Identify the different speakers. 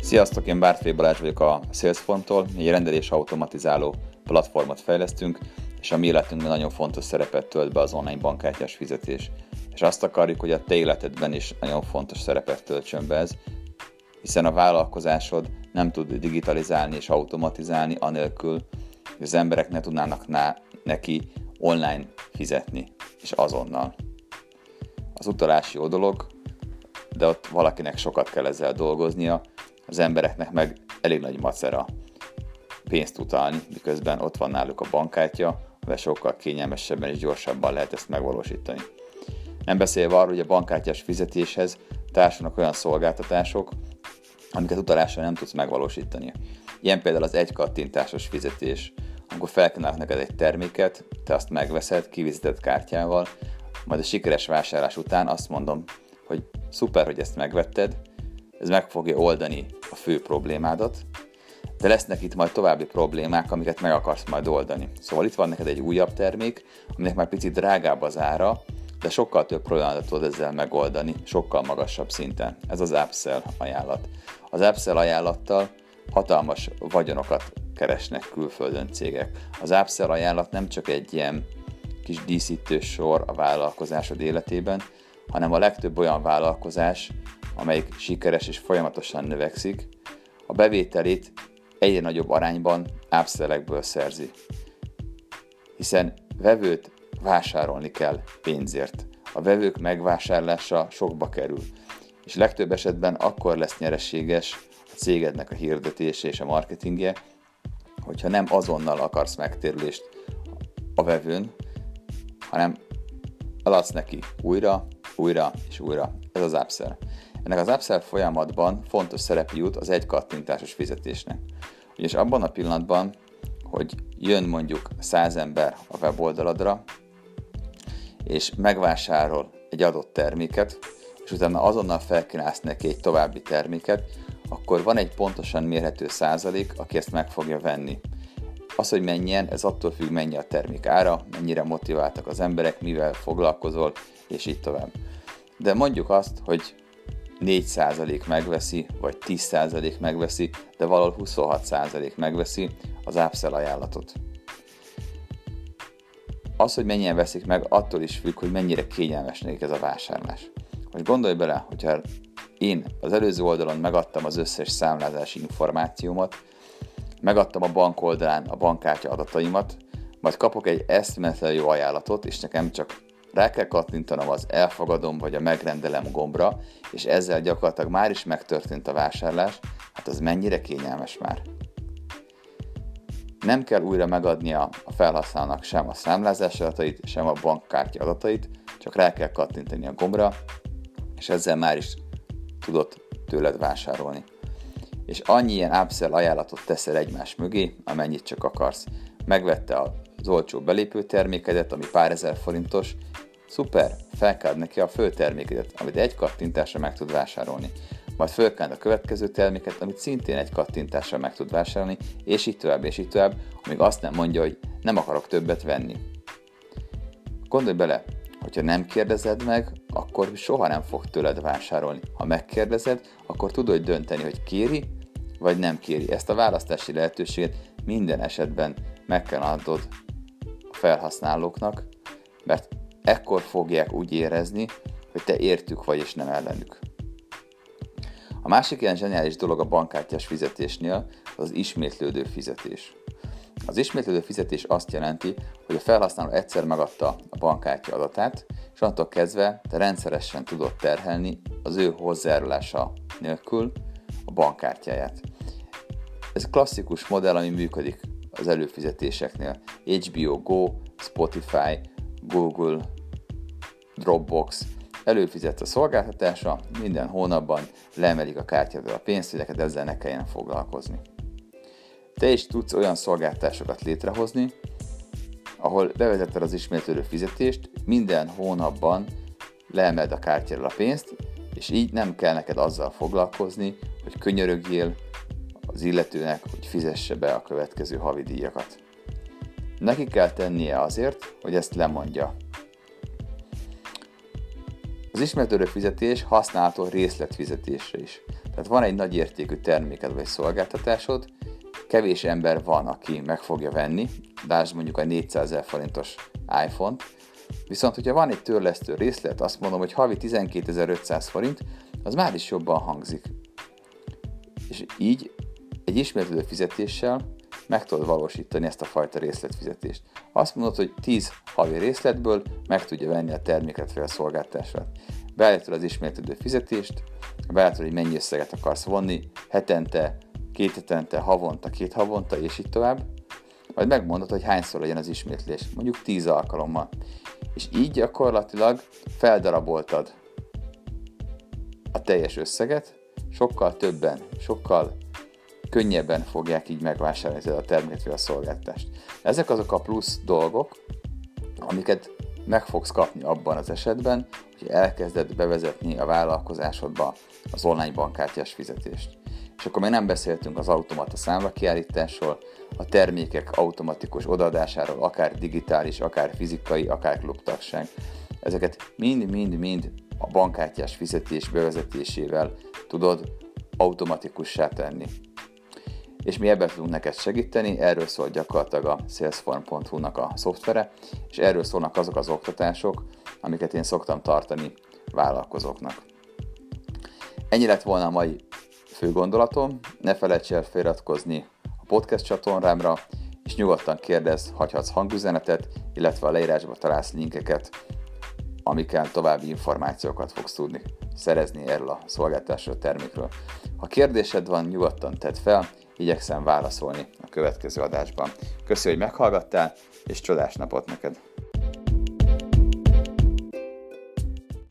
Speaker 1: Sziasztok, én Bártfai Balázs vagyok a Salesforce-tól, egy rendelés automatizáló platformot fejlesztünk, és a mi életünkben nagyon fontos szerepet tölt be az online bankkártyás fizetés. És azt akarjuk, hogy a te életedben is nagyon fontos szerepet töltsön be ez, hiszen a vállalkozásod nem tud digitalizálni és automatizálni anélkül, hogy az emberek ne tudnának neki online fizetni, és azonnal. Az utalás jó dolog, de ott valakinek sokat kell ezzel dolgoznia, az embereknek meg elég nagy macera pénzt utalni, miközben ott van náluk a bankkártya, de sokkal kényelmesebben és gyorsabban lehet ezt megvalósítani. Nem beszélve arról, hogy a bankkártyás fizetéshez társulnak olyan szolgáltatások, amiket utalással nem tudsz megvalósítani. Ilyen például az egykattintásos fizetés, amikor felkínálnak neked egy terméket, te azt megveszed, kivizeted kártyával, majd a sikeres vásárlás után azt mondom, hogy szuper, hogy ezt megvetted, ez meg fogja oldani a fő problémádat, de lesznek itt majd további problémák, amiket meg akarsz majd oldani. Szóval itt van neked egy újabb termék, aminek már picit drágább az ára, de sokkal több problémát tudod ezzel megoldani, sokkal magasabb szinten. Ez az upsell ajánlat. Az upsell ajánlattal hatalmas vagyonokat keresnek külföldön cégek. Az upsell ajánlat nem csak egy ilyen kis díszítő sor a vállalkozásod életében, hanem a legtöbb olyan vállalkozás, amelyik sikeres és folyamatosan növekszik, a bevételét egyre nagyobb arányban upsellekből szerzi. Hiszen vevőt vásárolni kell pénzért. A vevők megvásárlása sokba kerül. És legtöbb esetben akkor lesz nyereséges a cégednek a hirdetése és a marketingje, hogyha nem azonnal akarsz megtérülést a vevőn, hanem eladsz neki újra és újra. Ez az upsell. Ennek az upsell folyamatban fontos szerep jut az egykattintásos fizetésnek. Ugyanis abban a pillanatban, hogy jön mondjuk 100 ember a weboldaladra, és megvásárol egy adott terméket, és utána azonnal felkínálsz neki egy további terméket, akkor van egy pontosan mérhető százalék, aki ezt meg fogja venni. Az, hogy mennyien, ez attól függ, mennyi a termék ára, mennyire motiváltak az emberek, mivel foglalkozol, és így tovább. De mondjuk azt, hogy 4% megveszi, vagy 10% megveszi, de valahol 26% megveszi az upsell ajánlatot. Az, hogy mennyien veszik meg, attól is függ, hogy mennyire kényelmes nekik ez a vásárlás. Most gondolj bele, hogyha én az előző oldalon megadtam az összes számlázási információmat, megadtam a bank oldalán a bankkártya adataimat, majd kapok egy eszméletlen jó ajánlatot, és nekem csak rá kell kattintanom az elfogadom vagy a megrendelem gombra, és ezzel gyakorlatilag már is megtörtént a vásárlás, hát az mennyire kényelmes már. Nem kell újra megadnia a felhasználónak sem a számlázási adatait, sem a bankkártya adatait, csak rá kell kattintani a gombra, és ezzel már is tudod tőled vásárolni. És annyi ilyen upsell ajánlatot teszel egymás mögé, amennyit csak akarsz. Megvette az olcsó belépő termékedet, ami pár ezer forintos, szuper, felkáld neki a fő termékedet, amit egy kattintásra meg tud vásárolni. Majd fölkáld a következő terméket, amit szintén egy kattintásra meg tud vásárolni, és így tovább, amíg azt nem mondja, hogy nem akarok többet venni. Gondolj bele, hogyha nem kérdezed meg, akkor soha nem fog tőled vásárolni. Ha megkérdezed, akkor tudod dönteni, hogy kéri, vagy nem kéri. Ezt a választási lehetőséget minden esetben meg kell adnod a felhasználóknak, mert ekkor fogják úgy érezni, hogy te értük vagy és nem ellenük. A másik ilyen zseniális dolog a bankkártyás fizetésnél az ismétlődő fizetés. Az ismétlődő fizetés azt jelenti, hogy a felhasználó egyszer megadta a bankkártya adatát, és attól kezdve te rendszeresen tudod terhelni az ő hozzájárulása nélkül a bankkártyáját. Ez klasszikus modell, ami működik az előfizetéseknél. HBO Go, Spotify, Google, Dropbox előfizet a szolgáltatásra, minden hónapban leemelik a kártyádról a pénzt, hogy neked ezzel ne kelljen foglalkozni. Te is tudsz olyan szolgáltatásokat létrehozni, ahol bevezetted az ismétlődő fizetést, minden hónapban leemeled a kártyáról a pénzt, és így nem kell neked azzal foglalkozni, hogy könyörögjél az illetőnek, hogy fizesse be a következő havidíjakat. Neki kell tennie azért, hogy ezt lemondja. Az Az ismétlődő fizetés használható részletfizetésre is. Tehát van egy nagy értékű terméked vagy szolgáltatásod, kevés ember van, aki meg fogja venni, lásd mondjuk a 400 000 forintos iPhone-t, viszont hogyha van egy törlesztő részlet, azt mondom, hogy havi 12.500 forint, az már is jobban hangzik. És így egy ismétlődő fizetéssel meg tudod valósítani ezt a fajta részletfizetést. Azt mondod, hogy 10 havi részletből meg tudja venni a terméket vagy a szolgáltatását. Beállítod az ismétlődő fizetést, beállítod, hogy mennyi összeget akarsz vonni, hetente, 2 hetente, havonta, 2 havonta, és így tovább. Majd megmondod, hogy hányszor legyen az ismétlés, mondjuk 10 alkalommal. És így gyakorlatilag feldaraboltad a teljes összeget, sokkal többen, sokkal könnyebben fogják így megvásárolni a terméket vagy a szolgáltatást. Ezek azok a plusz dolgok, amiket meg fogsz kapni abban az esetben, hogy elkezded bevezetni a vállalkozásodba az online bankkártyás fizetést. És akkor még nem beszéltünk az automata számlakiállításról, a termékek automatikus odaadásáról, akár digitális, akár fizikai, akár klubtagság. Ezeket mind a bankkártyás fizetés bevezetésével tudod automatikussá tenni. És mi ebben tudunk neked segíteni, erről szól gyakorlatilag a salesforce.hu-nak a szoftvere, és erről szólnak azok az oktatások, amiket én szoktam tartani vállalkozóknak. Ennyi lett volna a mai fő gondolatom, ne felejts el feliratkozni a podcast csatornámra, és nyugodtan kérdezz, hagyhatsz hangüzenetet, illetve a leírásban találsz linkeket, amikkel további információkat fogsz tudni szerezni erről a szolgáltatásról, a termékről. Ha kérdésed van, nyugodtan tedd fel, igyekszem válaszolni a következő adásban. Köszönöm, hogy meghallgattál, és csodás napot neked!